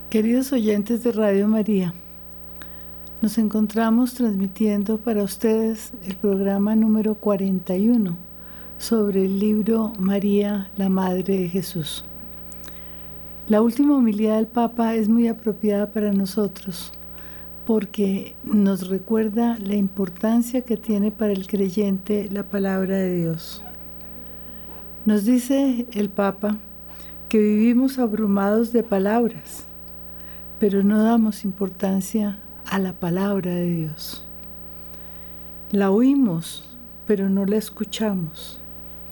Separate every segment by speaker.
Speaker 1: Queridos oyentes de Radio María, nos encontramos transmitiendo para ustedes el programa número 41 sobre el libro María, la Madre de Jesús. La última homilía del Papa es muy apropiada para nosotros porque nos recuerda la importancia que tiene para el creyente la palabra de Dios. Nos dice el Papa que vivimos abrumados de palabras, pero no damos importancia a la palabra de Dios. La oímos, pero no la escuchamos.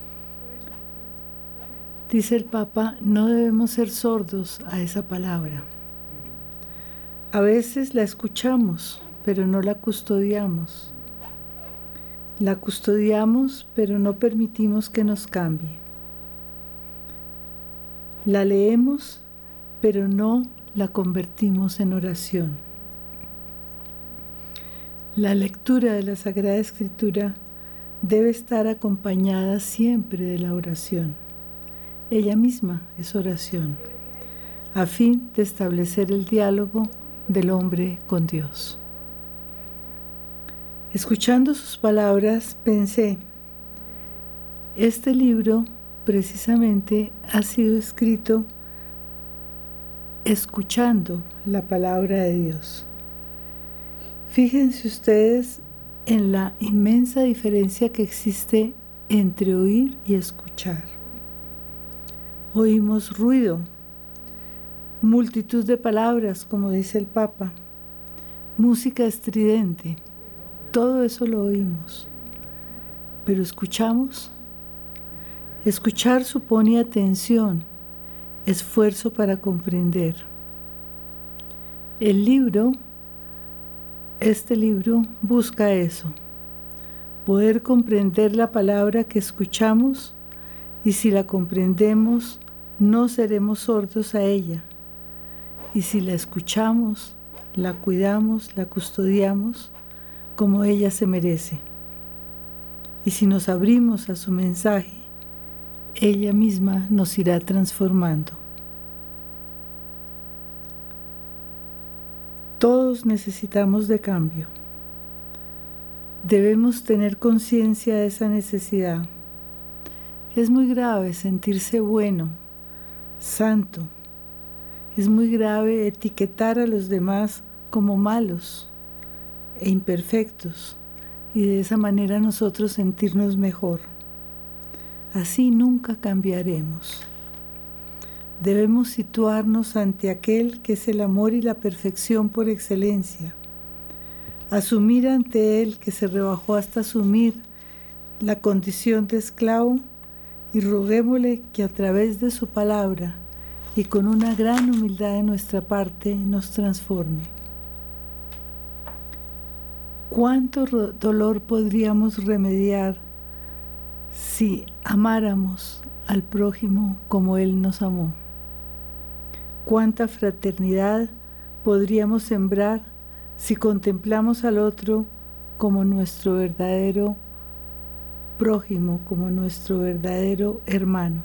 Speaker 1: Dice el Papa, no debemos ser sordos a esa palabra. A veces la escuchamos, pero no la custodiamos. La custodiamos, pero no permitimos que nos cambie. La leemos, pero no la convertimos en oración. La lectura de la Sagrada Escritura debe estar acompañada siempre de la oración. Ella misma es oración, a fin de establecer el diálogo del hombre con Dios. Escuchando sus palabras, pensé, este libro precisamente ha sido escrito escuchando la palabra de Dios. Fíjense ustedes en la inmensa diferencia que existe entre oír y escuchar. Oímos ruido, multitud de palabras, como dice el Papa, música estridente, todo eso lo oímos. Pero escuchamos. Escuchar supone atención, esfuerzo para comprender. Este libro busca eso, poder comprender la palabra que escuchamos, y si la comprendemos, no seremos sordos a ella. Y si la escuchamos, la cuidamos, la custodiamos, como ella se merece. Y si nos abrimos a su mensaje, ella misma nos irá transformando. Todos necesitamos de cambio. Debemos tener conciencia de esa necesidad. Es muy grave sentirse bueno, santo. Es muy grave etiquetar a los demás como malos e imperfectos y de esa manera nosotros sentirnos mejor. Así nunca cambiaremos. Debemos situarnos ante aquel que es el amor y la perfección por excelencia. Asumir ante él que se rebajó hasta asumir la condición de esclavo y roguémosle que a través de su palabra y con una gran humildad de nuestra parte nos transforme. ¿Cuánto dolor podríamos remediar si amáramos al prójimo como Él nos amó? ¿Cuánta fraternidad podríamos sembrar si contemplamos al otro como nuestro verdadero prójimo, como nuestro verdadero hermano?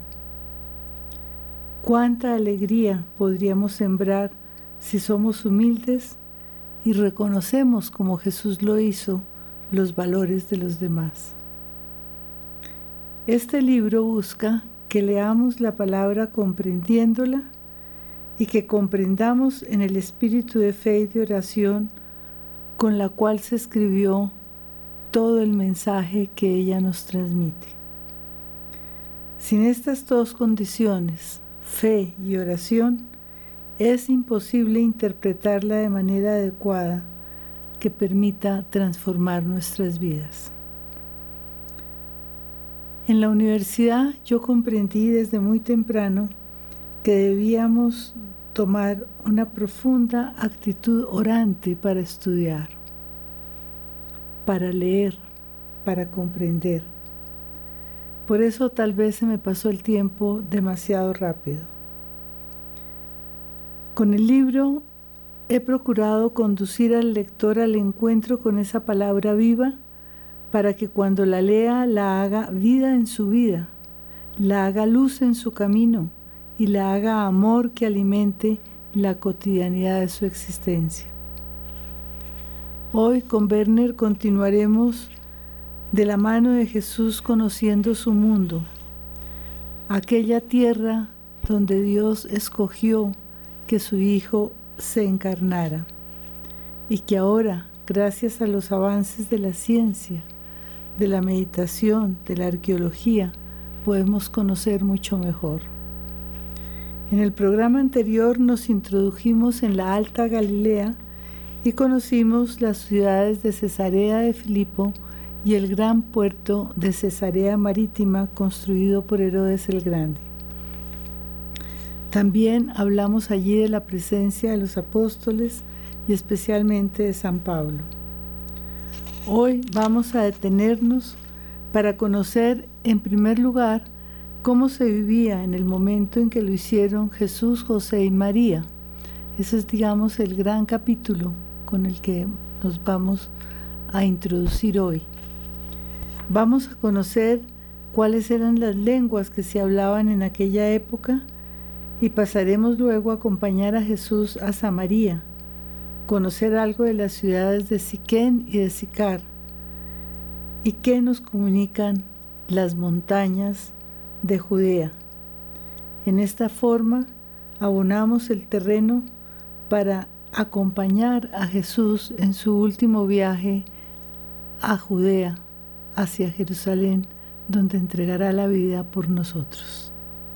Speaker 1: ¿Cuánta alegría podríamos sembrar si somos humildes y reconocemos, como Jesús lo hizo, los valores de los demás? Este libro busca que leamos la palabra comprendiéndola y que comprendamos en el espíritu de fe y de oración con la cual se escribió todo el mensaje que ella nos transmite. Sin estas dos condiciones, fe y oración, es imposible interpretarla de manera adecuada que permita transformar nuestras vidas. En la universidad yo comprendí desde muy temprano que debíamos tomar una profunda actitud orante para estudiar, para leer, para comprender. Por eso tal vez se me pasó el tiempo demasiado rápido. Con el libro he procurado conducir al lector al encuentro con esa palabra viva para que cuando la lea la haga vida en su vida, la haga luz en su camino y la haga amor que alimente la cotidianidad de su existencia. Hoy con Werner continuaremos de la mano de Jesús conociendo su mundo, aquella tierra donde Dios escogió que su Hijo se encarnara y que ahora, gracias a los avances de la ciencia, de la meditación, de la arqueología, podemos conocer mucho mejor. En el programa anterior nos introdujimos en la Alta Galilea y conocimos las ciudades de Cesarea de Filipo y el gran puerto de Cesarea Marítima construido por Herodes el Grande. También hablamos allí de la presencia de los apóstoles y especialmente de San Pablo. Hoy vamos a detenernos para conocer en primer lugar cómo se vivía en el momento en que lo hicieron Jesús, José y María. Ese es, digamos, el gran capítulo con el que nos vamos a introducir hoy. Vamos a conocer cuáles eran las lenguas que se hablaban en aquella época y pasaremos luego a acompañar a Jesús a Samaria, conocer algo de las ciudades de Siquén y de Sicar y qué nos comunican las montañas de Judea. En esta forma abonamos el terreno para acompañar a Jesús en su último viaje a Judea, hacia Jerusalén, donde entregará la vida por nosotros.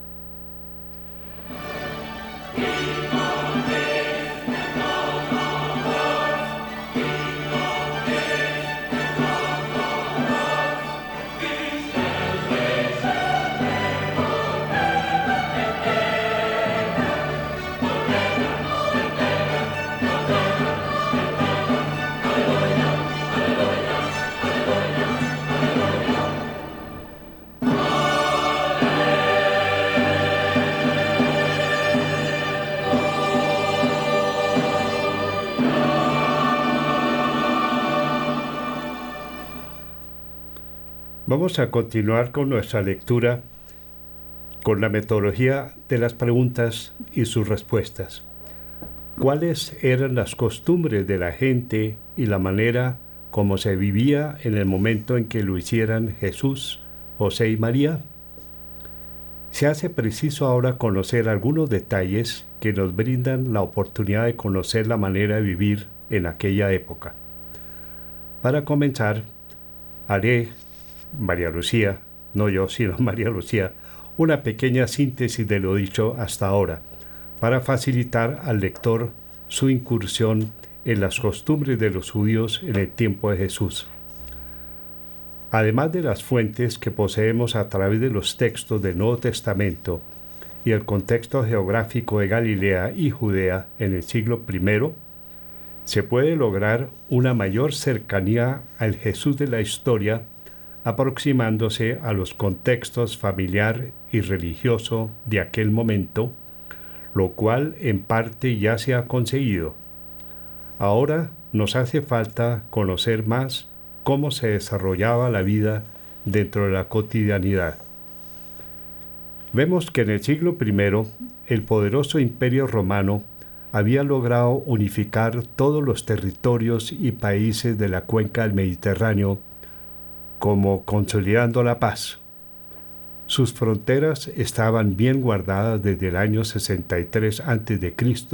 Speaker 2: Vamos a continuar con nuestra lectura con la metodología de las preguntas y sus respuestas. ¿Cuáles eran las costumbres de la gente y la manera como se vivía en el momento en que lo hicieran Jesús, José y María? Se hace preciso ahora conocer algunos detalles que nos brindan la oportunidad de conocer la manera de vivir en aquella época. Para comenzar, haré, María Lucía, no yo, sino María Lucía, una pequeña síntesis de lo dicho hasta ahora, para facilitar al lector su incursión en las costumbres de los judíos en el tiempo de Jesús. Además de las fuentes que poseemos a través de los textos del Nuevo Testamento y el contexto geográfico de Galilea y Judea en el siglo I, se puede lograr una mayor cercanía al Jesús de la historia aproximándose a los contextos familiar y religioso de aquel momento, lo cual en parte ya se ha conseguido. Ahora nos hace falta conocer más cómo se desarrollaba la vida dentro de la cotidianidad. Vemos que en el siglo I, el poderoso Imperio Romano había logrado unificar todos los territorios y países de la cuenca del Mediterráneo, como consolidando la paz. Sus fronteras estaban bien guardadas desde el año 63 a.C.,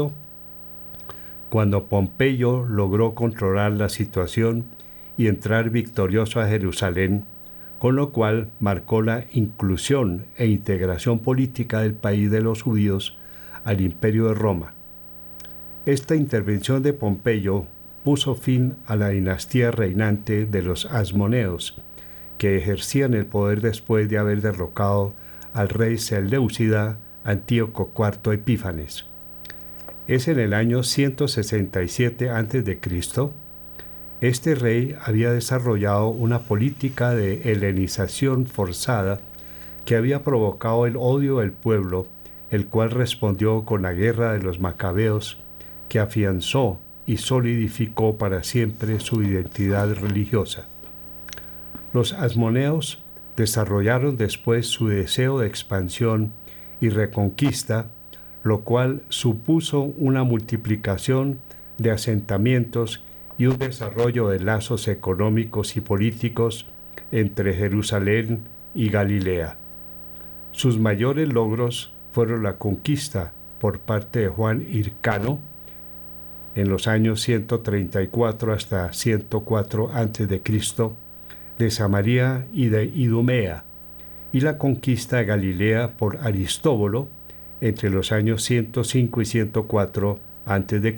Speaker 2: cuando Pompeyo logró controlar la situación y entrar victorioso a Jerusalén, con lo cual marcó la inclusión e integración política del país de los judíos al Imperio de Roma. Esta intervención de Pompeyo puso fin a la dinastía reinante de los Asmoneos, que ejercían el poder después de haber derrocado al rey seleucida Antíoco IV Epífanes. Es en el año 167 a.C. Este rey había desarrollado una política de helenización forzada que había provocado el odio del pueblo, el cual respondió con la guerra de los macabeos, que afianzó y solidificó para siempre su identidad religiosa. Los asmoneos desarrollaron después su deseo de expansión y reconquista, lo cual supuso una multiplicación de asentamientos y un desarrollo de lazos económicos y políticos entre Jerusalén y Galilea. Sus mayores logros fueron la conquista por parte de Juan Hircano en los años 134 hasta 104 a.C. de Samaria y de Idumea, y la conquista de Galilea por Aristóbulo entre los años 105 y 104 a.C.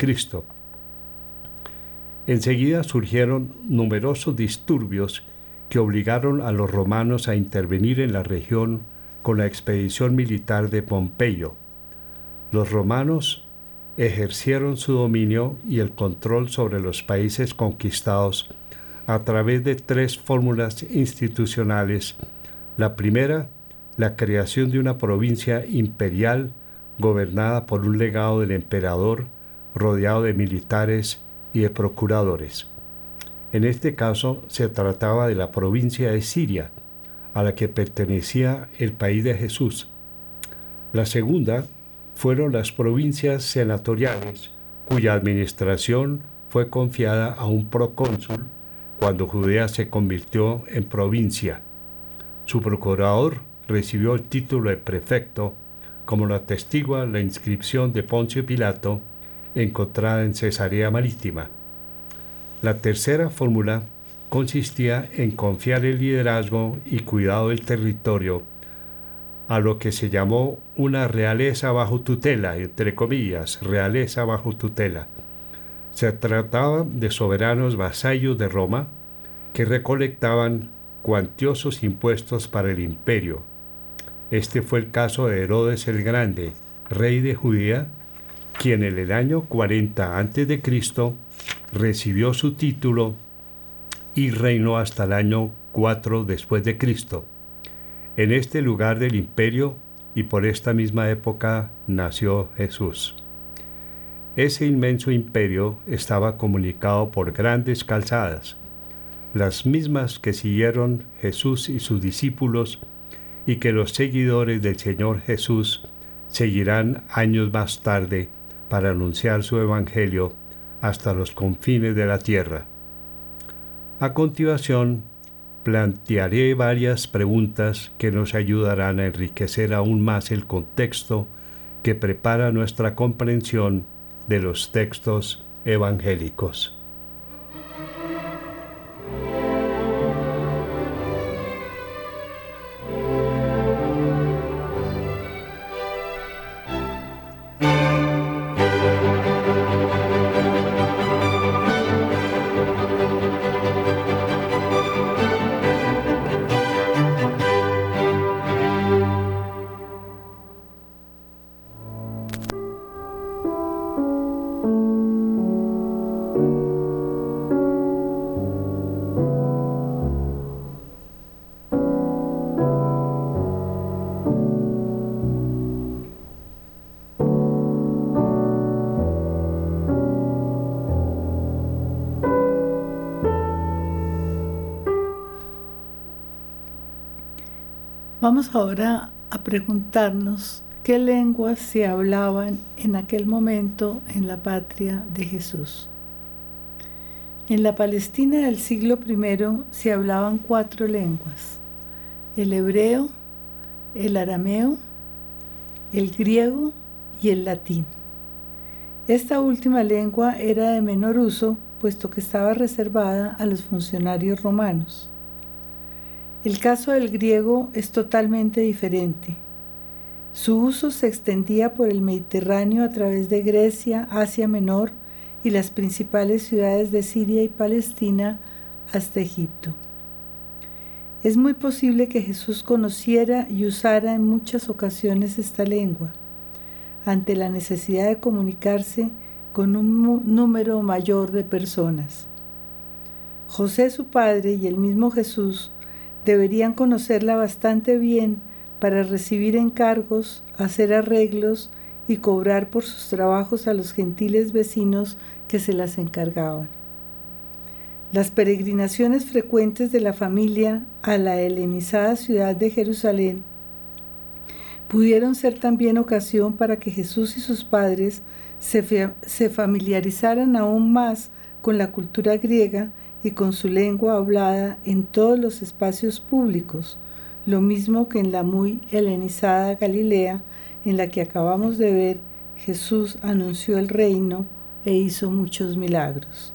Speaker 2: Enseguida surgieron numerosos disturbios que obligaron a los romanos a intervenir en la región con la expedición militar de Pompeyo. Los romanos ejercieron su dominio y el control sobre los países conquistados a través de 3 fórmulas institucionales. La primera, la creación de una provincia imperial gobernada por un legado del emperador, rodeado de militares y de procuradores. En este caso se trataba de la provincia de Siria, a la que pertenecía el país de Jesús. La segunda fueron las provincias senatoriales, cuya administración fue confiada a un procónsul cuando Judea se convirtió en provincia. Su procurador recibió el título de prefecto, como lo atestigua la inscripción de Poncio Pilato encontrada en Cesarea Marítima. La tercera fórmula consistía en confiar el liderazgo y cuidado del territorio a lo que se llamó una realeza bajo tutela, entre comillas, realeza bajo tutela. Se trataba de soberanos vasallos de Roma que recolectaban cuantiosos impuestos para el imperio. Este fue el caso de Herodes el Grande, rey de Judea, quien en el año 40 a.C. recibió su título y reinó hasta el año 4 después de Cristo. En este lugar del imperio y por esta misma época nació Jesús. Ese inmenso imperio estaba comunicado por grandes calzadas, las mismas que siguieron Jesús y sus discípulos y que los seguidores del Señor Jesús seguirán años más tarde para anunciar su evangelio hasta los confines de la tierra. A continuación, plantearé varias preguntas que nos ayudarán a enriquecer aún más el contexto que prepara nuestra comprensión de los textos evangélicos.
Speaker 1: Vamos ahora a preguntarnos qué lenguas se hablaban en aquel momento en la patria de Jesús. En la Palestina del siglo I se hablaban 4 lenguas: el hebreo, el arameo, el griego y el latín. Esta última lengua era de menor uso, puesto que estaba reservada a los funcionarios romanos. El caso del griego es totalmente diferente. Su uso se extendía por el Mediterráneo a través de Grecia, Asia Menor y las principales ciudades de Siria y Palestina hasta Egipto. Es muy posible que Jesús conociera y usara en muchas ocasiones esta lengua, ante la necesidad de comunicarse con un número mayor de personas. José, su padre, y el mismo Jesús deberían conocerla bastante bien para recibir encargos, hacer arreglos y cobrar por sus trabajos a los gentiles vecinos que se las encargaban. Las peregrinaciones frecuentes de la familia a la helenizada ciudad de Jerusalén pudieron ser también ocasión para que Jesús y sus padres se familiarizaran aún más con la cultura griega y con su lengua hablada en todos los espacios públicos, lo mismo que en la muy helenizada Galilea, en la que acabamos de ver Jesús anunció el reino e hizo muchos milagros.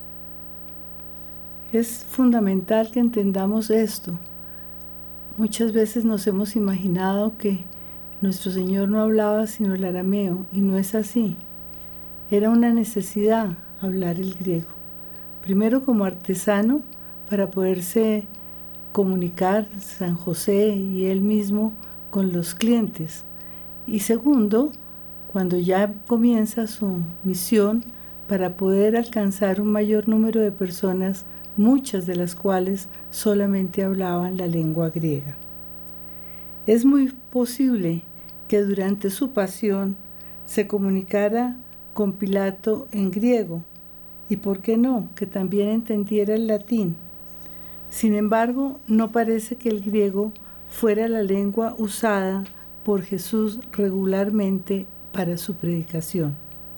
Speaker 1: Es fundamental que entendamos esto. Muchas veces nos hemos imaginado que nuestro Señor no hablaba sino el arameo, y no es así. Era una necesidad hablar el griego. Primero como artesano, para poderse comunicar San José y él mismo con los clientes. Y segundo, cuando ya comienza su misión, para poder alcanzar un mayor número de personas, muchas de las cuales solamente hablaban la lengua griega. Es muy posible que durante su pasión se comunicara con Pilato en griego, y por qué no, que también entendiera el latín. Sin embargo, no parece que el griego fuera la lengua usada por Jesús regularmente para su predicación.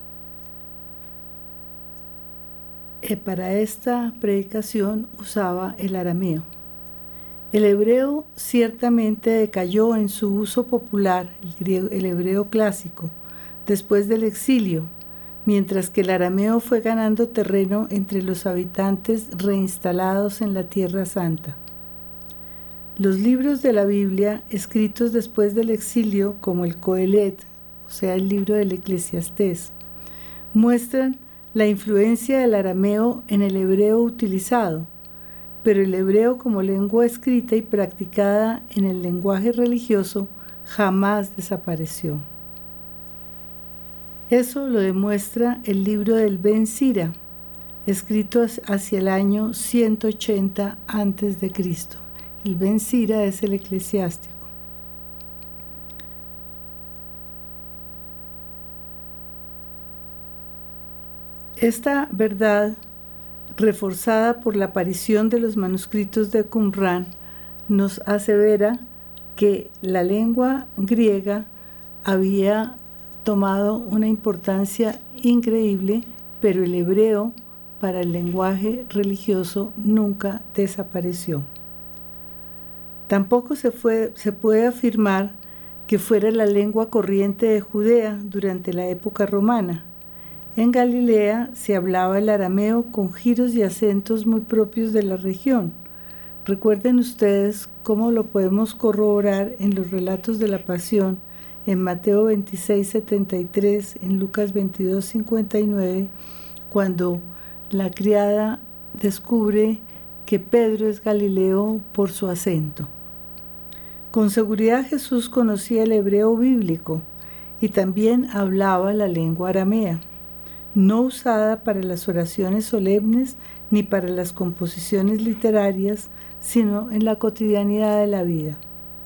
Speaker 1: Para esta predicación usaba el arameo. El hebreo ciertamente decayó en su uso popular, el hebreo clásico, después del exilio, mientras que el arameo fue ganando terreno entre los habitantes reinstalados en la Tierra Santa. Los libros de la Biblia, escritos después del exilio, como el Coelet, o sea, el libro del Eclesiastés, muestran la influencia del arameo en el hebreo utilizado, pero el hebreo como lengua escrita y practicada en el lenguaje religioso jamás desapareció. Eso lo demuestra el libro del Ben Sira, escrito hacia el año 180 a.C. El Ben Sira es el eclesiástico. Esta verdad, reforzada por la aparición de los manuscritos de Qumrán, nos asevera que la lengua griega había tomado una importancia increíble, pero el hebreo para el lenguaje religioso nunca desapareció. Tampoco se puede afirmar que fuera la lengua corriente de Judea durante la época romana. En Galilea se hablaba el arameo con giros y acentos muy propios de la región. Recuerden ustedes cómo lo podemos corroborar en los relatos de la Pasión, en Mateo 26:73, en Lucas 22:59, cuando la criada descubre que Pedro es galileo por su acento. Con seguridad Jesús conocía el hebreo bíblico y también hablaba la lengua aramea, no usada para las oraciones solemnes ni para las composiciones literarias, sino en la cotidianidad de la vida.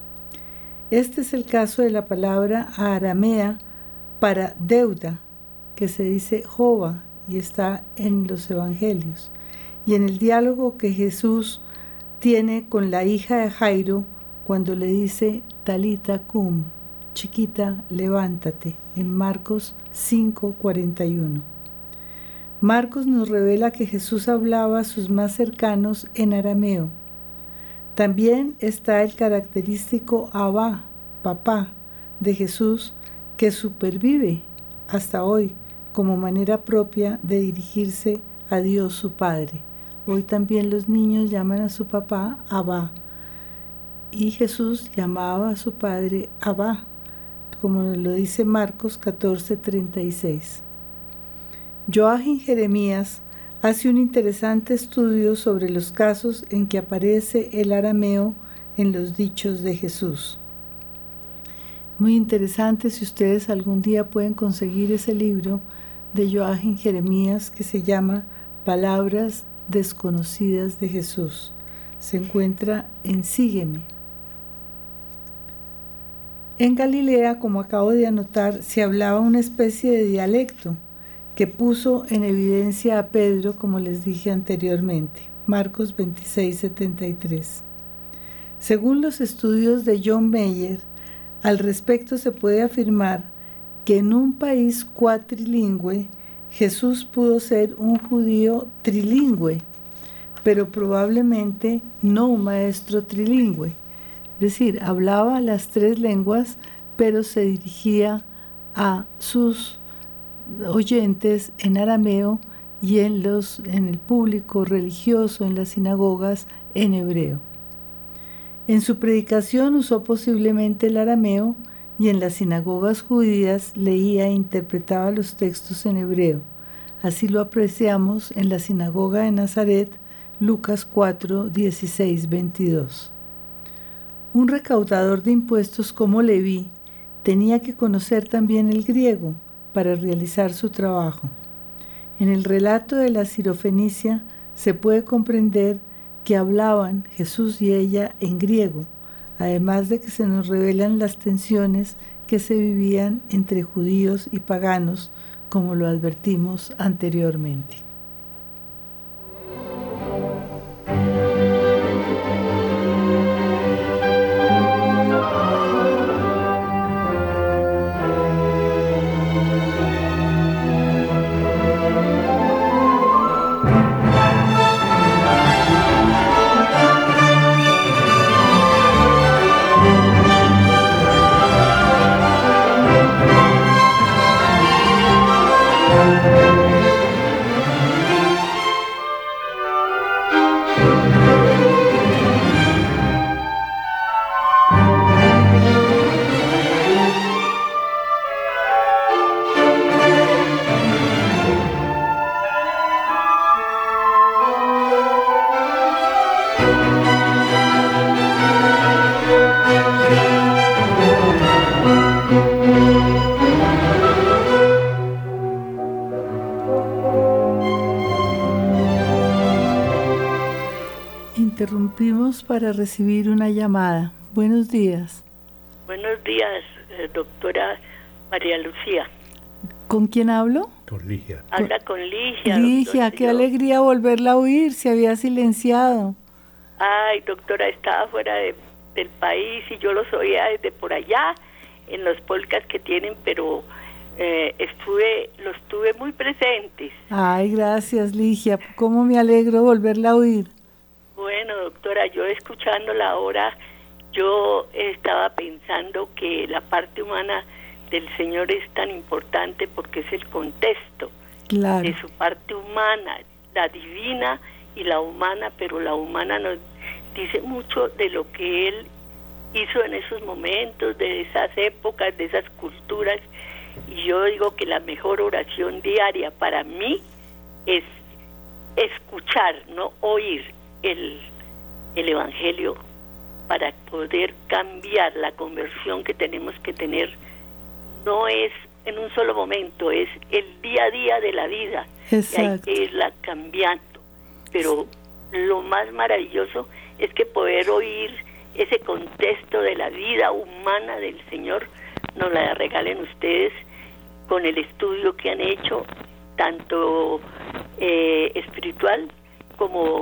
Speaker 1: Este es el caso de la palabra aramea para deuda, que se dice jova y está en los evangelios, y en el diálogo que Jesús tiene con la hija de Jairo cuando le dice Talita cum, chiquita, levántate, en Marcos 5:41. Marcos nos revela que Jesús hablaba a sus más cercanos en arameo. También está el característico Abba, papá, de Jesús, que supervive hasta hoy como manera propia de dirigirse a Dios su Padre. Hoy también los niños llaman a su papá Abba, y Jesús llamaba a su Padre Abba, como lo dice Marcos 14:36. Joachim Jeremías hace un interesante estudio sobre los casos en que aparece el arameo en los dichos de Jesús. Muy interesante si ustedes algún día pueden conseguir ese libro de Joachim Jeremías que se llama Palabras desconocidas de Jesús. Se encuentra en Sígueme. En Galilea, como acabo de anotar, se hablaba una especie de dialecto que puso en evidencia a Pedro, como les dije anteriormente, Marcos 26:73. Según los estudios de John Mayer, Al respecto se puede afirmar que en un país cuatrilingüe, Jesús pudo ser un judío trilingüe, pero probablemente no un maestro trilingüe. Es decir, hablaba las 3 lenguas, pero se dirigía a sus oyentes en arameo y en el público religioso, en las sinagogas, en hebreo. En su predicación usó posiblemente el arameo y en las sinagogas judías leía e interpretaba los textos en hebreo. Así lo apreciamos en la sinagoga de Nazaret, Lucas 4, 16, 22. Un recaudador de impuestos como Leví tenía que conocer también el griego para realizar su trabajo. En el relato de la Sirofenicia se puede comprender que hablaban Jesús y ella en griego, además de que se nos revelan las tensiones que se vivían entre judíos y paganos, como lo advertimos anteriormente. Interrumpimos para recibir una llamada. Buenos días.
Speaker 3: Buenos días, doctora María Lucía.
Speaker 1: ¿Con quién hablo?
Speaker 2: Con Ligia.
Speaker 3: Habla con Ligia.
Speaker 1: Ligia,
Speaker 3: doctor,
Speaker 1: qué alegría volverla a oír, se había silenciado.
Speaker 3: Ay, doctora, estaba fuera del país y yo los oía desde por allá, en los podcasts que tienen, pero los tuve muy presentes.
Speaker 1: Ay, gracias, Ligia. ¿Cómo me alegro volverla a oír?
Speaker 3: Bueno, doctora, yo escuchándola ahora, yo estaba pensando que la parte humana del Señor es tan importante porque es el contexto de su parte humana, la divina y la humana, pero la humana nos dice mucho de lo que Él hizo en esos momentos, de esas épocas, de esas culturas. Y yo digo que la mejor oración diaria para mí es escuchar, no oír el Evangelio, para poder cambiar. La conversión que tenemos que tener no es en un solo momento, es el día a día de la vida.
Speaker 1: Exacto.
Speaker 3: Y hay que irla cambiando. Pero lo más maravilloso es que poder oír ese contexto de la vida humana del Señor nos la regalen ustedes con el estudio que han hecho, tanto espiritual como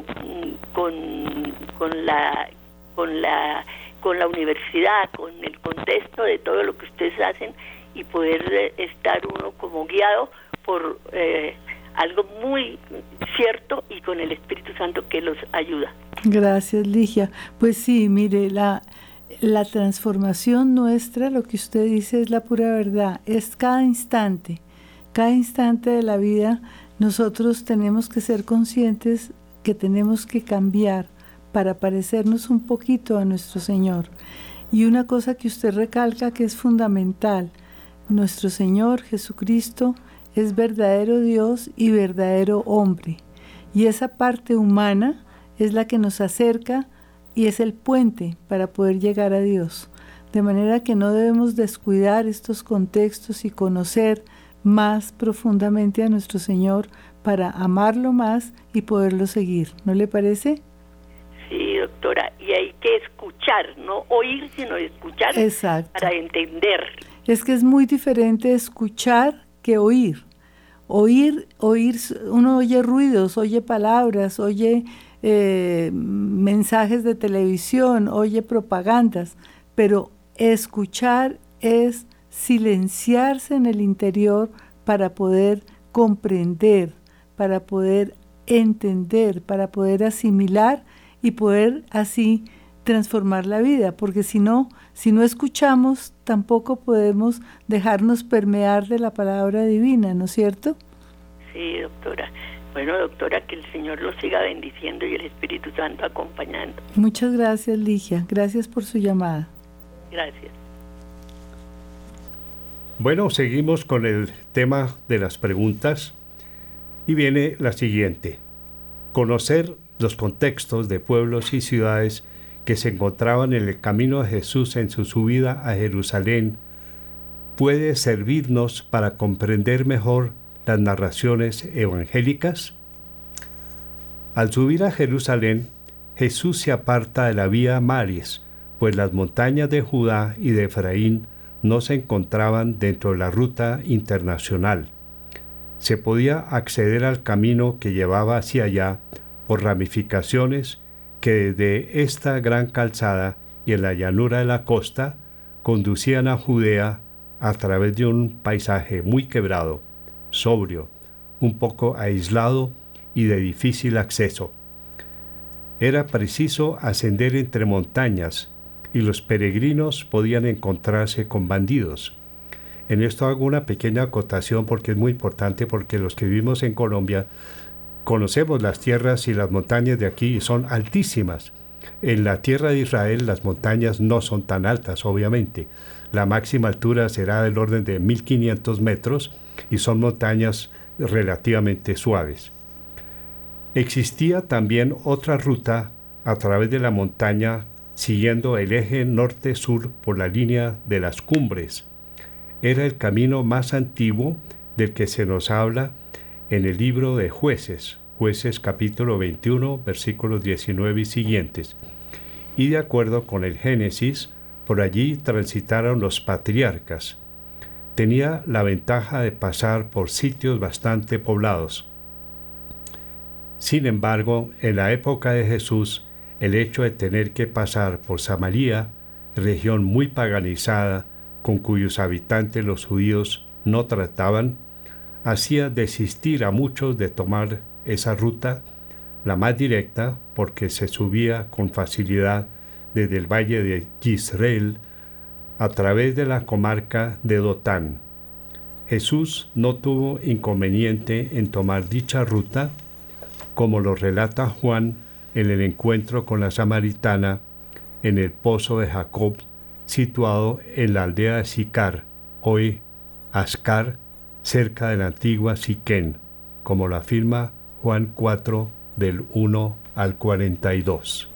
Speaker 3: con la universidad, con el contexto de todo lo que ustedes hacen, y poder estar uno como guiado por algo muy cierto y con el Espíritu Santo que los ayuda. Gracias,
Speaker 1: Ligia. Pues sí, mire, la transformación nuestra, lo que usted dice es la pura verdad, es cada instante de la vida. Nosotros tenemos que ser conscientes que tenemos que cambiar para parecernos un poquito a nuestro Señor. Y una cosa que usted recalca que es fundamental: nuestro Señor Jesucristo es verdadero Dios y verdadero hombre. Y esa parte humana es la que nos acerca y es el puente para poder llegar a Dios. De manera que no debemos descuidar estos contextos y conocer más profundamente a nuestro Señor para amarlo más y poderlo seguir. ¿No le parece?
Speaker 3: Sí, doctora, y hay que escuchar, no oír, sino escuchar.
Speaker 1: Exacto.
Speaker 3: Para entender.
Speaker 1: Es que es muy diferente escuchar que oír. Oír, uno oye ruidos, oye palabras, oye mensajes de televisión, oye propagandas, pero escuchar es silenciarse en el interior para poder comprender, para poder entender, para poder asimilar y poder así transformar la vida, porque si no escuchamos, tampoco podemos dejarnos permear de la palabra divina, ¿no es cierto?
Speaker 3: Sí, doctora. Bueno, doctora, que el Señor los siga bendiciendo y el Espíritu Santo acompañando.
Speaker 1: Muchas gracias, Ligia. Gracias por su llamada.
Speaker 3: Gracias.
Speaker 2: Bueno, seguimos con el tema de las preguntas y viene la siguiente. Conocer los contextos de pueblos y ciudades que se encontraban en el camino de Jesús en su subida a Jerusalén puede servirnos para comprender mejor las narraciones evangélicas. Al subir a Jerusalén, Jesús se aparta de la vía Maris, pues las montañas de Judá y de Efraín no se encontraban dentro de la ruta internacional. Se podía acceder al camino que llevaba hacia allá por ramificaciones que desde esta gran calzada y en la llanura de la costa conducían a Judea a través de un paisaje muy quebrado, sobrio, un poco aislado y de difícil acceso. Era preciso ascender entre montañas y los peregrinos podían encontrarse con bandidos. En esto hago una pequeña acotación porque es muy importante, porque los que vivimos en Colombia conocemos las tierras y las montañas de aquí y son altísimas. En la tierra de Israel las montañas no son tan altas, obviamente. La máxima altura será del orden de 1500 metros y son montañas relativamente suaves. Existía también otra ruta a través de la montaña siguiendo el eje norte-sur por la línea de las cumbres. Era el camino más antiguo del que se nos habla en el libro de Jueces, Jueces capítulo 21, versículos 19 y siguientes. Y de acuerdo con el Génesis, por allí transitaron los patriarcas. Tenía la ventaja de pasar por sitios bastante poblados. Sin embargo, en la época de Jesús, el hecho de tener que pasar por Samaria, región muy paganizada, con cuyos habitantes los judíos no trataban, hacía desistir a muchos de tomar esa ruta, la más directa, porque se subía con facilidad desde el valle de Jezreel a través de la comarca de Dotán. Jesús no tuvo inconveniente en tomar dicha ruta, como lo relata Juan en el encuentro con la samaritana en el pozo de Jacob, situado en la aldea de Sicar, hoy Ascar, cerca de la antigua Siquén, como lo afirma Juan 4, del 1 al 42.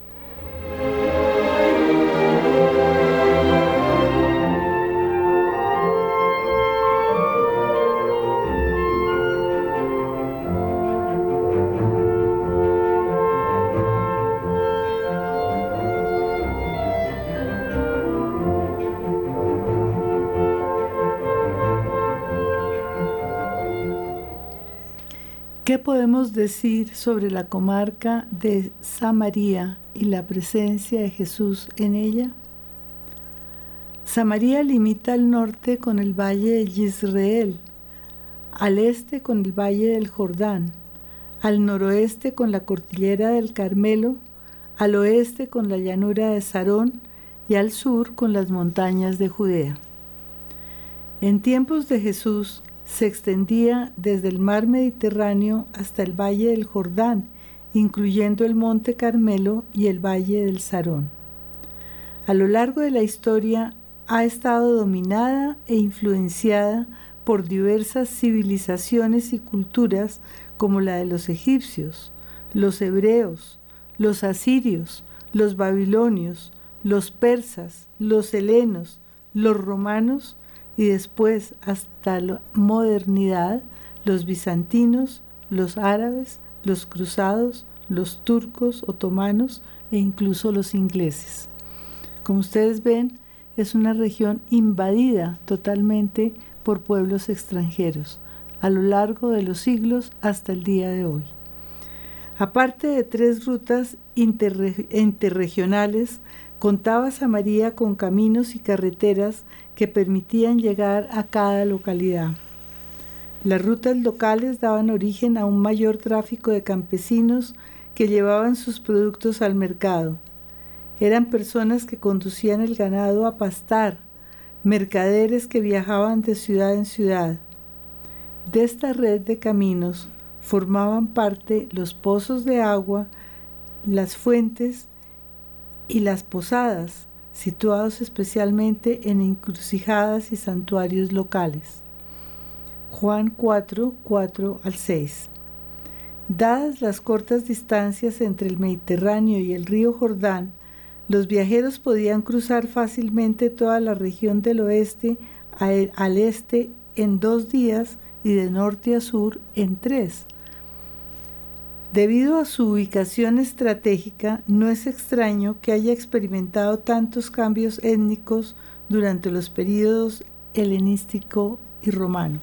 Speaker 1: ¿Qué podemos decir sobre la comarca de Samaria y la presencia de Jesús en ella? Samaria limita al norte con el valle de Jezreel, al este con el valle del Jordán, al noroeste con la cordillera del Carmelo, al oeste con la llanura de Sarón y al sur con las montañas de Judea. En tiempos de Jesús, se extendía desde el mar Mediterráneo hasta el valle del Jordán, incluyendo el monte Carmelo y el valle del Sarón. A lo largo de la historia ha estado dominada e influenciada por diversas civilizaciones y culturas como la de los egipcios, los hebreos, los asirios, los babilonios, los persas, los helenos, los romanos y después hasta la modernidad, los bizantinos, los árabes, los cruzados, los turcos, otomanos e incluso los ingleses. Como ustedes ven, es una región invadida totalmente por pueblos extranjeros a lo largo de los siglos hasta el día de hoy. Aparte de 3 rutas interregionales, Contaba Samaria con caminos y carreteras que permitían llegar a cada localidad. Las rutas locales daban origen a un mayor tráfico de campesinos que llevaban sus productos al mercado. Eran personas que conducían el ganado a pastar, mercaderes que viajaban de ciudad en ciudad. De esta red de caminos formaban parte los pozos de agua, las fuentes y las posadas, situados especialmente en encrucijadas y santuarios locales. Juan 4, 4 al 6. Dadas las cortas distancias entre el Mediterráneo y el río Jordán, los viajeros podían cruzar fácilmente toda la región del oeste al este en 2 días y de norte a sur en 3. Debido a su ubicación estratégica, no es extraño que haya experimentado tantos cambios étnicos durante los períodos helenístico y romano.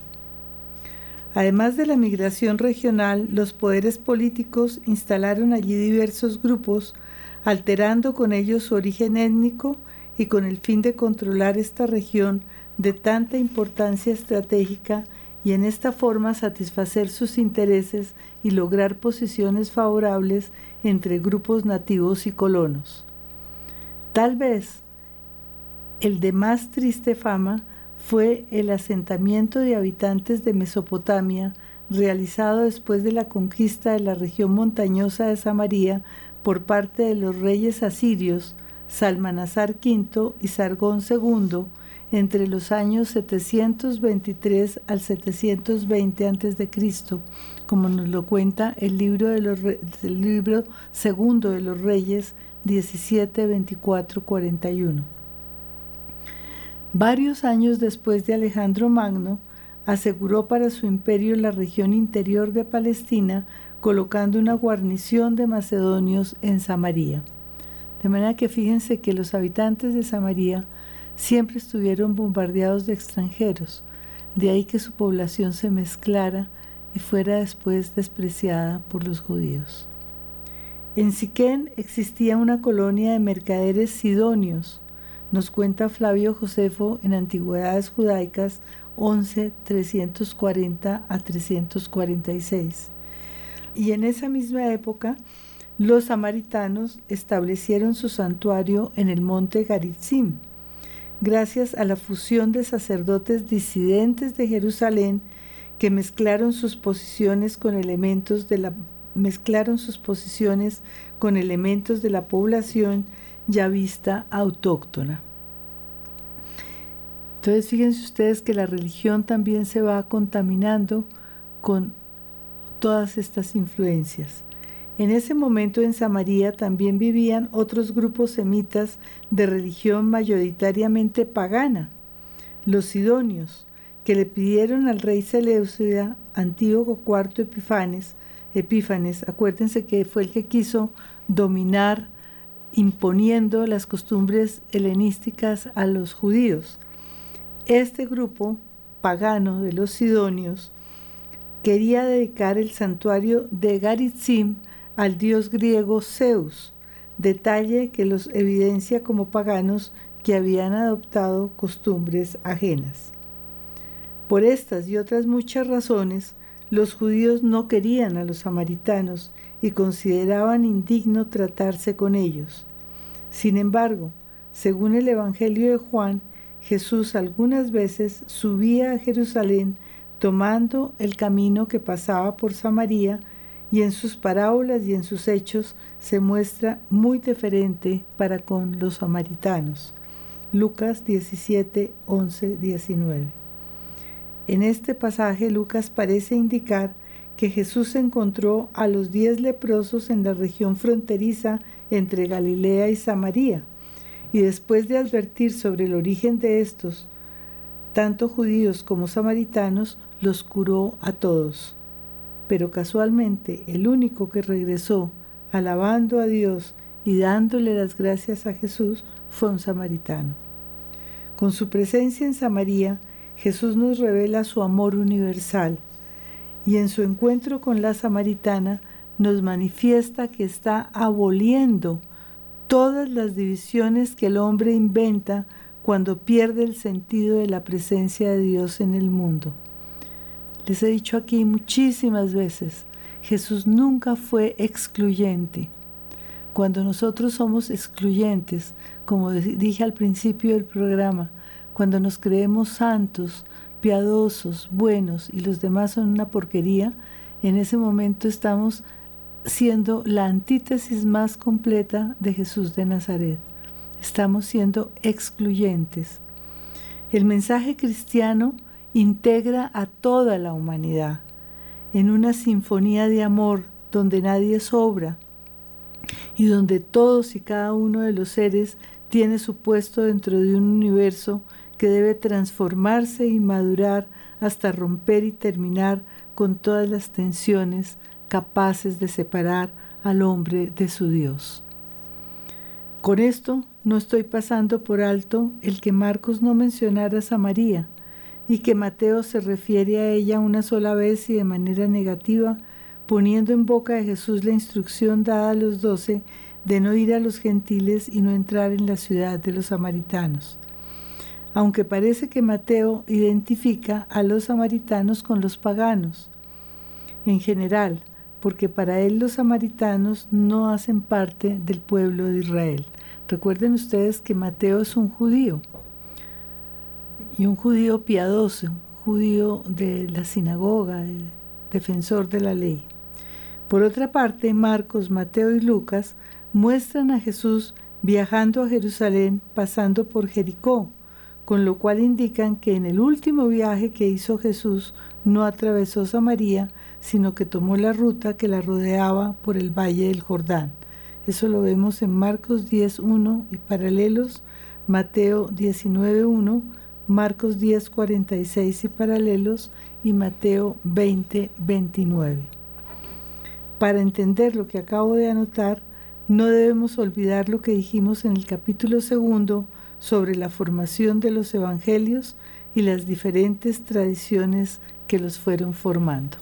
Speaker 1: Además de la migración regional, los poderes políticos instalaron allí diversos grupos, alterando con ellos su origen étnico y con el fin de controlar esta región de tanta importancia estratégica y en esta forma satisfacer sus intereses y lograr posiciones favorables entre grupos nativos y colonos. Tal vez el de más triste fama fue el asentamiento de habitantes de Mesopotamia realizado después de la conquista de la región montañosa de Samaria por parte de los reyes asirios Salmanasar V y Sargón II entre los años 723 al 720 a.C., como nos lo cuenta el libro segundo de los Reyes 17, 24, 41. Varios años después de Alejandro Magno, aseguró para su imperio la región interior de Palestina, colocando una guarnición de macedonios en Samaria. De manera que fíjense que los habitantes de Samaria siempre estuvieron bombardeados de extranjeros, de ahí que su población se mezclara y fuera después despreciada por los judíos. En Siquén existía una colonia de mercaderes sidonios, nos cuenta Flavio Josefo en Antigüedades Judaicas 11, 340 a 346. Y en esa misma época, los samaritanos establecieron su santuario en el monte Garitzim, gracias a la fusión de sacerdotes disidentes de Jerusalén que mezclaron sus posiciones con elementos de la población ya vista autóctona. Entonces fíjense ustedes que la religión también se va contaminando con todas estas influencias. En ese momento en Samaria también vivían otros grupos semitas de religión mayoritariamente pagana, los sidonios, que le pidieron al rey Seleucida, Antíoco IV Epífanes, acuérdense que fue el que quiso dominar imponiendo las costumbres helenísticas a los judíos. Este grupo pagano de los sidonios quería dedicar el santuario de Garitzim al dios griego Zeus, detalle que los evidencia como paganos que habían adoptado costumbres ajenas. Por estas y otras muchas razones, los judíos no querían a los samaritanos y consideraban indigno tratarse con ellos. Sin embargo, según el Evangelio de Juan, Jesús algunas veces subía a Jerusalén tomando el camino que pasaba por Samaria, y en sus parábolas y en sus hechos se muestra muy deferente para con los samaritanos. Lucas 17, 11, 19. En este pasaje Lucas parece indicar que Jesús encontró a los 10 leprosos en la región fronteriza entre Galilea y Samaria, y después de advertir sobre el origen de estos, tanto judíos como samaritanos, los curó a todos. Pero casualmente el único que regresó alabando a Dios y dándole las gracias a Jesús fue un samaritano. Con su presencia en Samaria, Jesús nos revela su amor universal y en su encuentro con la samaritana nos manifiesta que está aboliendo todas las divisiones que el hombre inventa cuando pierde el sentido de la presencia de Dios en el mundo. Les he dicho aquí muchísimas veces, Jesús nunca fue excluyente. Cuando nosotros somos excluyentes, como dije al principio del programa, cuando nos creemos santos, piadosos, buenos y los demás son una porquería, en ese momento estamos siendo la antítesis más completa de Jesús de Nazaret. Estamos siendo excluyentes. El mensaje cristiano integra a toda la humanidad en una sinfonía de amor donde nadie sobra y donde todos y cada uno de los seres tiene su puesto dentro de un universo que debe transformarse y madurar hasta romper y terminar con todas las tensiones capaces de separar al hombre de su Dios. Con esto no estoy pasando por alto el que Marcos no mencionara a Samaria y que Mateo se refiere a ella una sola vez y de manera negativa, poniendo en boca de Jesús la instrucción dada a los 12 de no ir a los gentiles y no entrar en la ciudad de los samaritanos. Aunque parece que Mateo identifica a los samaritanos con los paganos, en general, porque para él los samaritanos no hacen parte del pueblo de Israel. Recuerden ustedes que Mateo es un judío, y un judío piadoso, un judío de la sinagoga, defensor de la ley. Por otra parte, Marcos, Mateo y Lucas muestran a Jesús viajando a Jerusalén pasando por Jericó, con lo cual indican que en el último viaje que hizo Jesús no atravesó Samaria, sino que tomó la ruta que la rodeaba por el valle del Jordán. Eso lo vemos en Marcos 10:1 y paralelos, Mateo 19:1, Marcos 10:46 y paralelos y Mateo 20:29. Para entender lo que acabo de anotar, no debemos olvidar lo que dijimos en el capítulo 2 sobre la formación de los evangelios y las diferentes tradiciones que los fueron formando.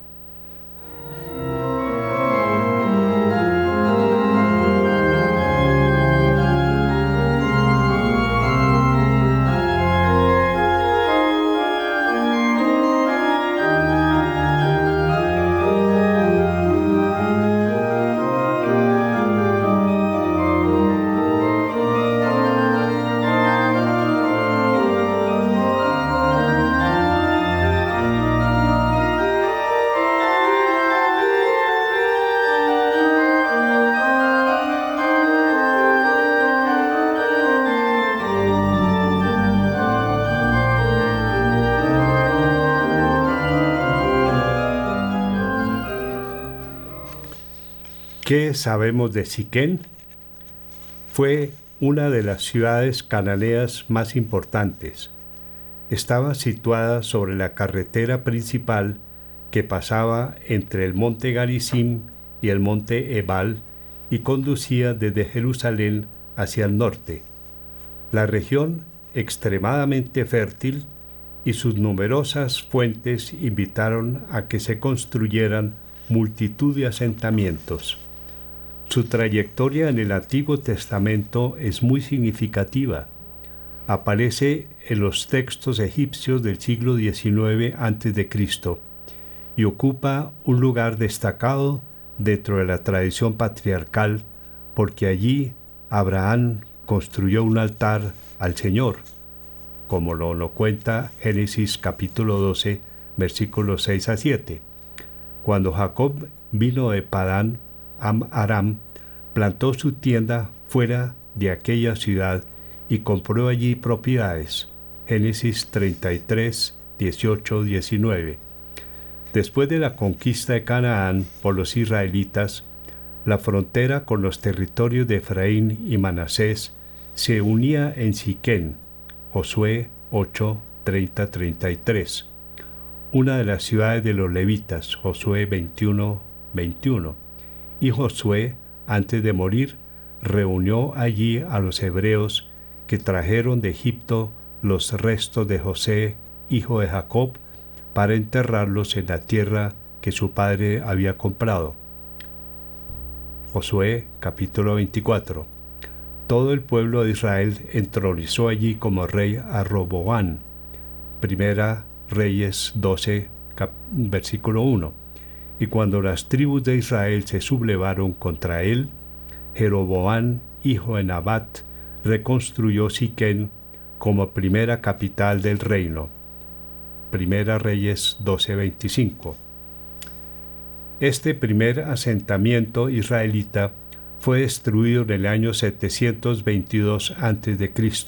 Speaker 2: ¿Qué sabemos de Siquén? Fue una de las ciudades cananeas más importantes. Estaba situada sobre la carretera principal que pasaba entre el monte Garizim y el monte Ebal y conducía desde Jerusalén hacia el norte. La región, extremadamente fértil, y sus numerosas fuentes invitaron a que se construyeran multitud de asentamientos. Su trayectoria en el Antiguo Testamento es muy significativa. Aparece en los textos egipcios del siglo XIX a.C. y ocupa un lugar destacado dentro de la tradición patriarcal, porque allí Abraham construyó un altar al Señor, como lo cuenta Génesis capítulo 12, versículos 6 a 7. Cuando Jacob vino de Padán Aram, plantó su tienda fuera de aquella ciudad y compró allí propiedades. Génesis 33, 18, 19. Después de la conquista de Canaán por los israelitas, la frontera con los territorios de Efraín y Manasés se unía en Siquén. Josué 8, 30, 33. Una de las ciudades de los levitas, Josué 21, 21. Y Josué, antes de morir, reunió allí a los hebreos que trajeron de Egipto los restos de José, hijo de Jacob, para enterrarlos en la tierra que su padre había comprado. Josué capítulo 24. todo el pueblo de Israel entronizó allí como rey a Roboam. Primera Reyes 12, versículo 1. Y cuando las tribus de Israel se sublevaron contra él, Jeroboam, hijo de Nabat, reconstruyó Siquén como primera capital del reino. Primera Reyes 12:25. Este primer asentamiento israelita fue destruido en el año 722 a.C.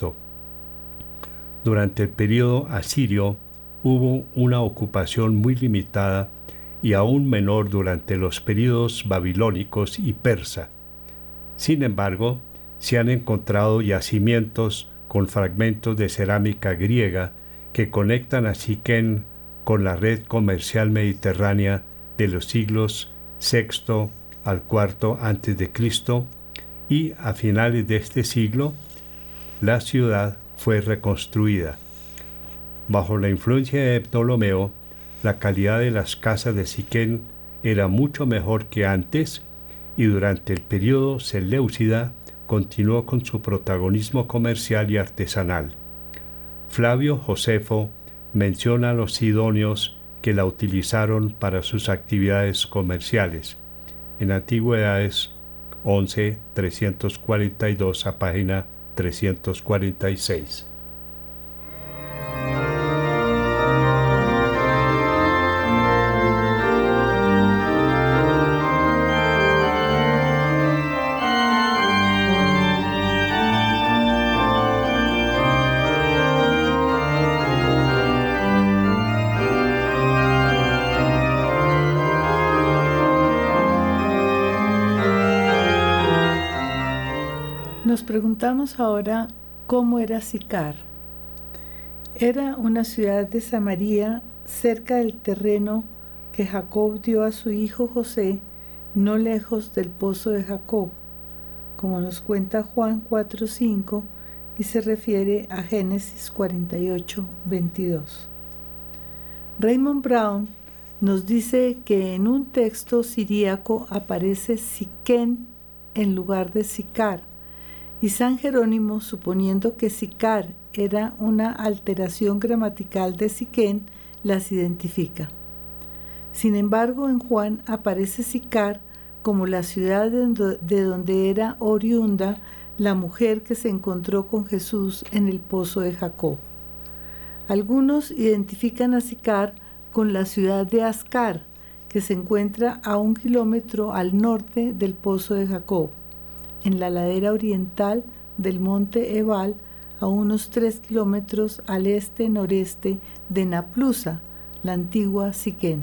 Speaker 2: Durante el período asirio hubo una ocupación muy limitada y aún menor durante los períodos babilónicos y persa. Sin embargo, se han encontrado yacimientos con fragmentos de cerámica griega que conectan a Siquén con la red comercial mediterránea de los siglos VI al IV a.C. y a finales de este siglo, la ciudad fue reconstruida. Bajo la influencia de Ptolomeo, la calidad de las casas de Siquén era mucho mejor que antes y durante el período seleucida continuó con su protagonismo comercial y artesanal. Flavio Josefo menciona a los sidonios que la utilizaron para sus actividades comerciales. En Antigüedades 11, 342 a página 346.
Speaker 1: Nos preguntamos ahora cómo era Sicar. Era una ciudad de Samaria cerca del terreno que Jacob dio a su hijo José, no lejos del pozo de Jacob, como nos cuenta Juan 4:5 y se refiere a Génesis 48:22. Raymond Brown nos dice que en un texto siríaco aparece Siquén en lugar de Sicar, y San Jerónimo, suponiendo que Sicar era una alteración gramatical de Siquén, las identifica. Sin embargo, en Juan aparece Sicar como la ciudad de donde era oriunda la mujer que se encontró con Jesús en el pozo de Jacob. Algunos identifican a Sicar con la ciudad de Ascar, que se encuentra a 1 kilómetro al norte del pozo de Jacob, en la ladera oriental del monte Ebal, a unos 3 kilómetros al este-noreste de Naplusa, la antigua Siquén.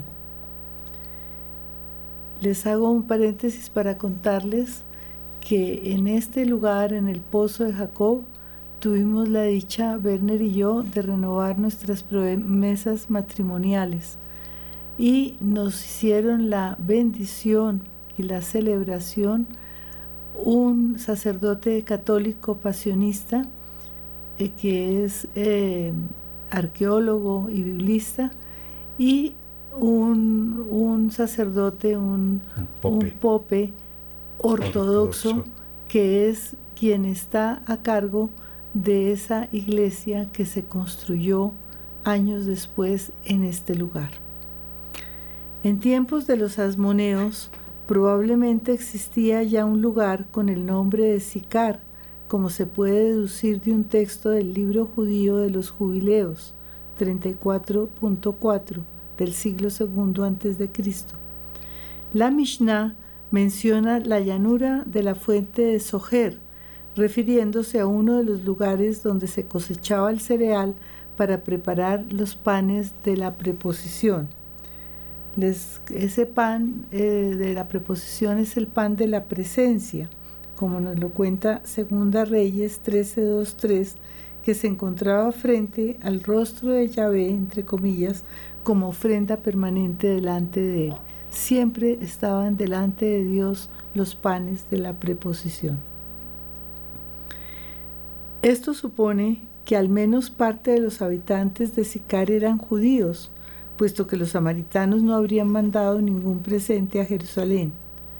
Speaker 1: Les hago un paréntesis para contarles que en este lugar, en el pozo de Jacob, tuvimos la dicha, Werner y yo, de renovar nuestras promesas matrimoniales y nos hicieron la bendición y la celebración un sacerdote católico pasionista que es arqueólogo y biblista, y un sacerdote, un pope ortodoxo que es quien está a cargo de esa iglesia que se construyó años después en este lugar. En tiempos de los asmoneos, probablemente existía ya un lugar con el nombre de Sicar, como se puede deducir de un texto del libro judío de los Jubileos, 34.4 del siglo II a.C. La Mishnah menciona la llanura de la fuente de Sojer, refiriéndose a uno de los lugares donde se cosechaba el cereal para preparar los panes de la preposición. Ese pan de la preposición es el pan de la presencia, como nos lo cuenta Segunda Reyes 13:2-3, que se encontraba frente al rostro de Yahvé, entre comillas, como ofrenda permanente delante de él. Siempre estaban delante de Dios los panes de la preposición. Esto supone que al menos parte de los habitantes de Sicar eran judíos, puesto que los samaritanos no habrían mandado ningún presente a Jerusalén.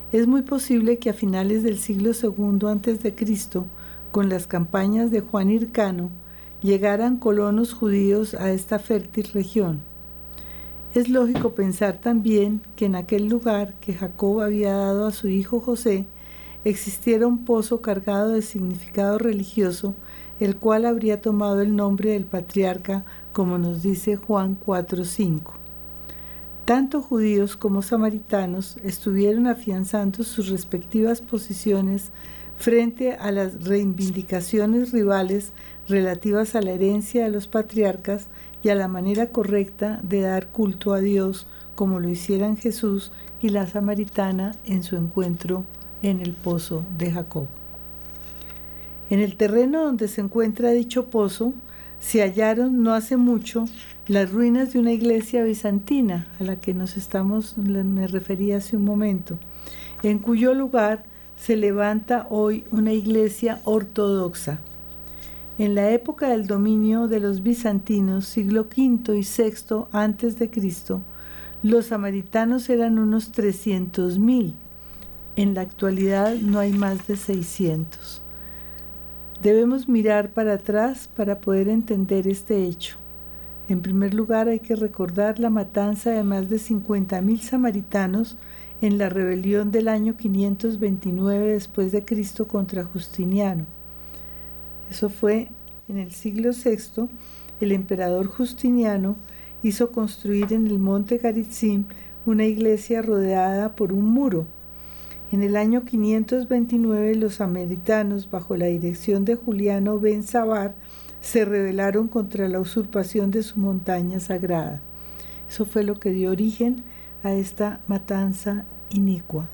Speaker 1: Es muy posible que a finales del siglo II a.C., con las campañas de Juan Hircano, llegaran colonos judíos a esta fértil región. Es lógico pensar también que en aquel lugar que Jacob había dado a su hijo José, existiera un pozo cargado de significado religioso, el cual habría tomado el nombre del patriarca, como nos dice Juan 4:5. Tanto judíos como samaritanos estuvieron afianzando sus respectivas posiciones frente a las reivindicaciones rivales relativas a la herencia de los patriarcas y a la manera correcta de dar culto a Dios, como lo hicieran Jesús y la samaritana en su encuentro en el pozo de Jacob. En el terreno donde se encuentra dicho pozo, se hallaron no hace mucho las ruinas de una iglesia bizantina, a la que me referí hace un momento, en cuyo lugar se levanta hoy una iglesia ortodoxa. En la época del dominio de los bizantinos, siglo V y VI a.C., los samaritanos eran unos 300.000. En la actualidad no hay más de 600. Debemos mirar para atrás para poder entender este hecho. En primer lugar, hay que recordar la matanza de más de 50.000 samaritanos en la rebelión del año 529 después de Cristo contra Justiniano. Eso fue en el siglo VI. El emperador Justiniano hizo construir en el monte Garitzim una iglesia rodeada por un muro. En el año 529 los samaritanos, bajo la dirección de Juliano ben Sabar, se rebelaron contra la usurpación de su montaña sagrada. Eso fue lo que dio origen a esta matanza inicua.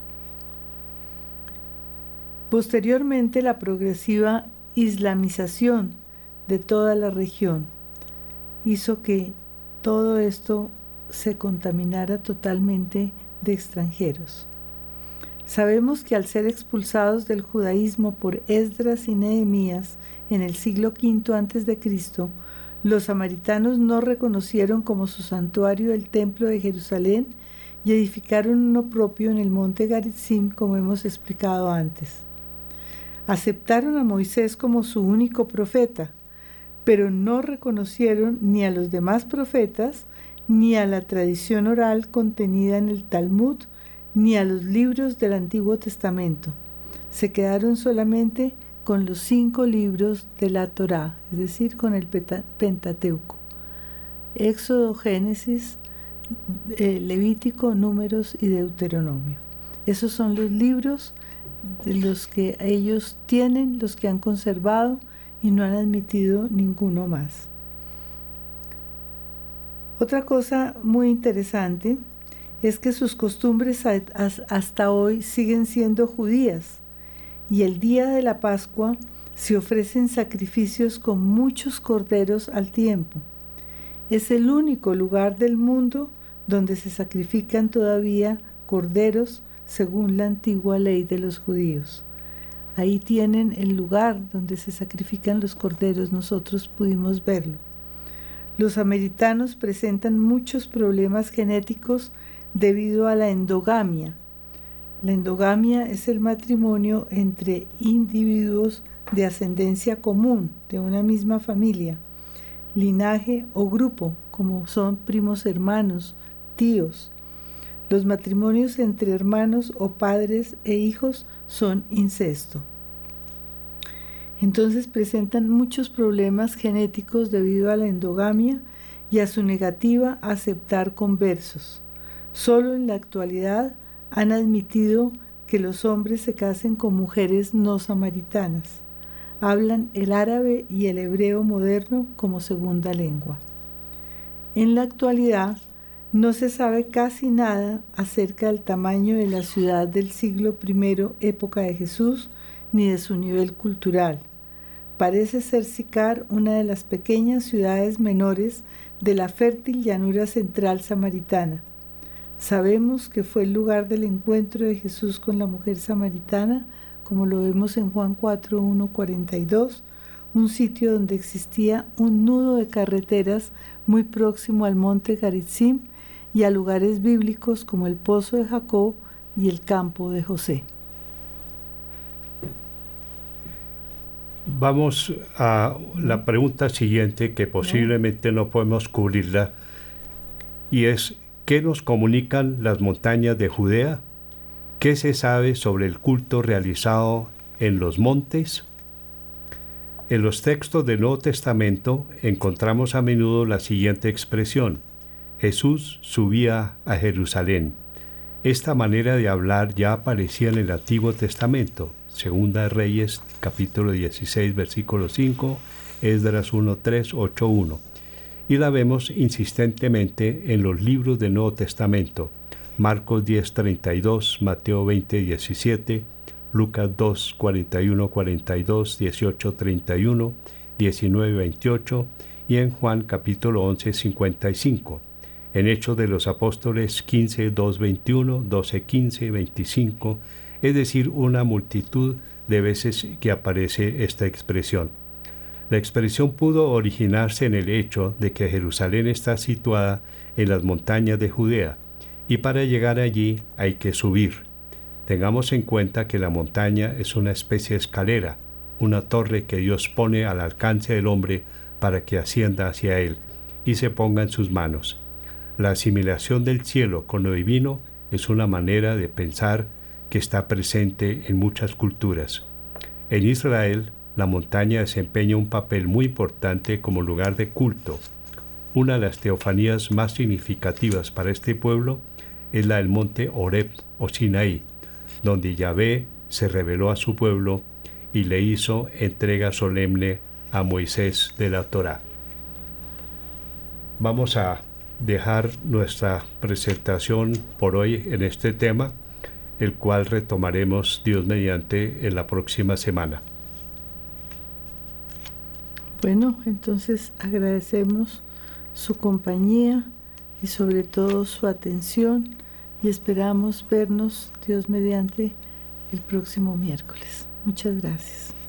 Speaker 1: Posteriormente, la progresiva islamización de toda la región hizo que todo esto se contaminara totalmente de extranjeros. Sabemos que al ser expulsados del judaísmo por Esdras y Nehemías en el siglo V a.C., los samaritanos no reconocieron como su santuario el templo de Jerusalén y edificaron uno propio en el monte Garitzim, como hemos explicado antes. Aceptaron a Moisés como su único profeta, pero no reconocieron ni a los demás profetas, ni a la tradición oral contenida en el Talmud, ni a los libros del Antiguo Testamento. Se quedaron solamente con los 5 libros de la Torá, es decir, con el Pentateuco: Éxodo, Génesis, Levítico, Números y Deuteronomio. Esos son los libros de los que ellos tienen, los que han conservado, y no han admitido ninguno más. Otra cosa muy interesante es que sus costumbres hasta hoy siguen siendo judías, y el día de la Pascua se ofrecen sacrificios con muchos corderos al tiempo. Es el único lugar del mundo donde se sacrifican todavía corderos según la antigua ley de los judíos. Ahí tienen el lugar donde se sacrifican los corderos, nosotros pudimos verlo. Los samaritanos presentan muchos problemas genéticos debido a la endogamia. La endogamia es el matrimonio entre individuos de ascendencia común, de una misma familia, linaje o grupo, como son primos hermanos, tíos. Los matrimonios entre hermanos o padres e hijos son incesto. Entonces presentan muchos problemas genéticos debido a la endogamia y a su negativa a aceptar conversos. Solo en la actualidad han admitido que los hombres se casen con mujeres no samaritanas. Hablan el árabe y el hebreo moderno como segunda lengua. En la actualidad no se sabe casi nada acerca del tamaño de la ciudad del siglo I, época de Jesús, ni de su nivel cultural. Parece ser Sicar una de las pequeñas ciudades menores de la fértil llanura central samaritana. Sabemos que fue el lugar del encuentro de Jesús con la mujer samaritana, como lo vemos en Juan 4:1-42, un sitio donde existía un nudo de carreteras muy próximo al monte Garitzim y a lugares bíblicos como el pozo de Jacob y el campo de José.
Speaker 2: Vamos a la pregunta siguiente, que posiblemente no podemos cubrirla, y es: ¿qué nos comunican las montañas de Judea? ¿Qué se sabe sobre el culto realizado en los montes? En los textos del Nuevo Testamento encontramos a menudo la siguiente expresión: Jesús subía a Jerusalén. Esta manera de hablar ya aparecía en el Antiguo Testamento. Segunda de Reyes, capítulo 16, versículo 5, Esdras 1:3, 8:1. Y la vemos insistentemente en los libros del Nuevo Testamento: Marcos 10:32, Mateo 20:17, Lucas 2:41-42, 18:31, 19:28 y en Juan capítulo 11:55. En Hechos de los Apóstoles 15:2-21, 12:15, 25, es decir, una multitud de veces que aparece esta expresión. La expresión pudo originarse en el hecho de que Jerusalén está situada en las montañas de Judea, y para llegar allí hay que subir. Tengamos en cuenta que la montaña es una especie de escalera, una torre que Dios pone al alcance del hombre para que ascienda hacia él y se ponga en sus manos. La asimilación del cielo con lo divino es una manera de pensar que está presente en muchas culturas. En Israel, la montaña desempeña un papel muy importante como lugar de culto. Una de las teofanías más significativas para este pueblo es la del monte Horeb o Sinaí, donde Yahvé se reveló a su pueblo y le hizo entrega solemne a Moisés de la Torá. Vamos a dejar nuestra presentación por hoy en este tema, el cual retomaremos, Dios mediante, en la próxima semana.
Speaker 1: Bueno, entonces agradecemos su compañía y sobre todo su atención, y esperamos vernos, Dios mediante, el próximo miércoles. Muchas gracias.